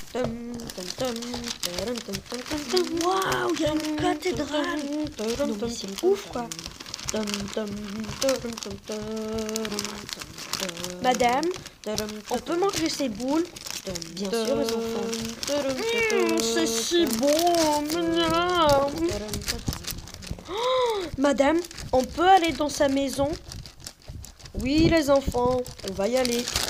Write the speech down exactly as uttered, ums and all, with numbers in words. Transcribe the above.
Waouh, il y a une cathédrale. Non mais c'est ouf quoi. Madame, on peut manger ces boules? Bien sûr les enfants. Mmh, c'est si bon. Oh, madame, on peut aller dans sa maison? Oui les enfants, on va y aller.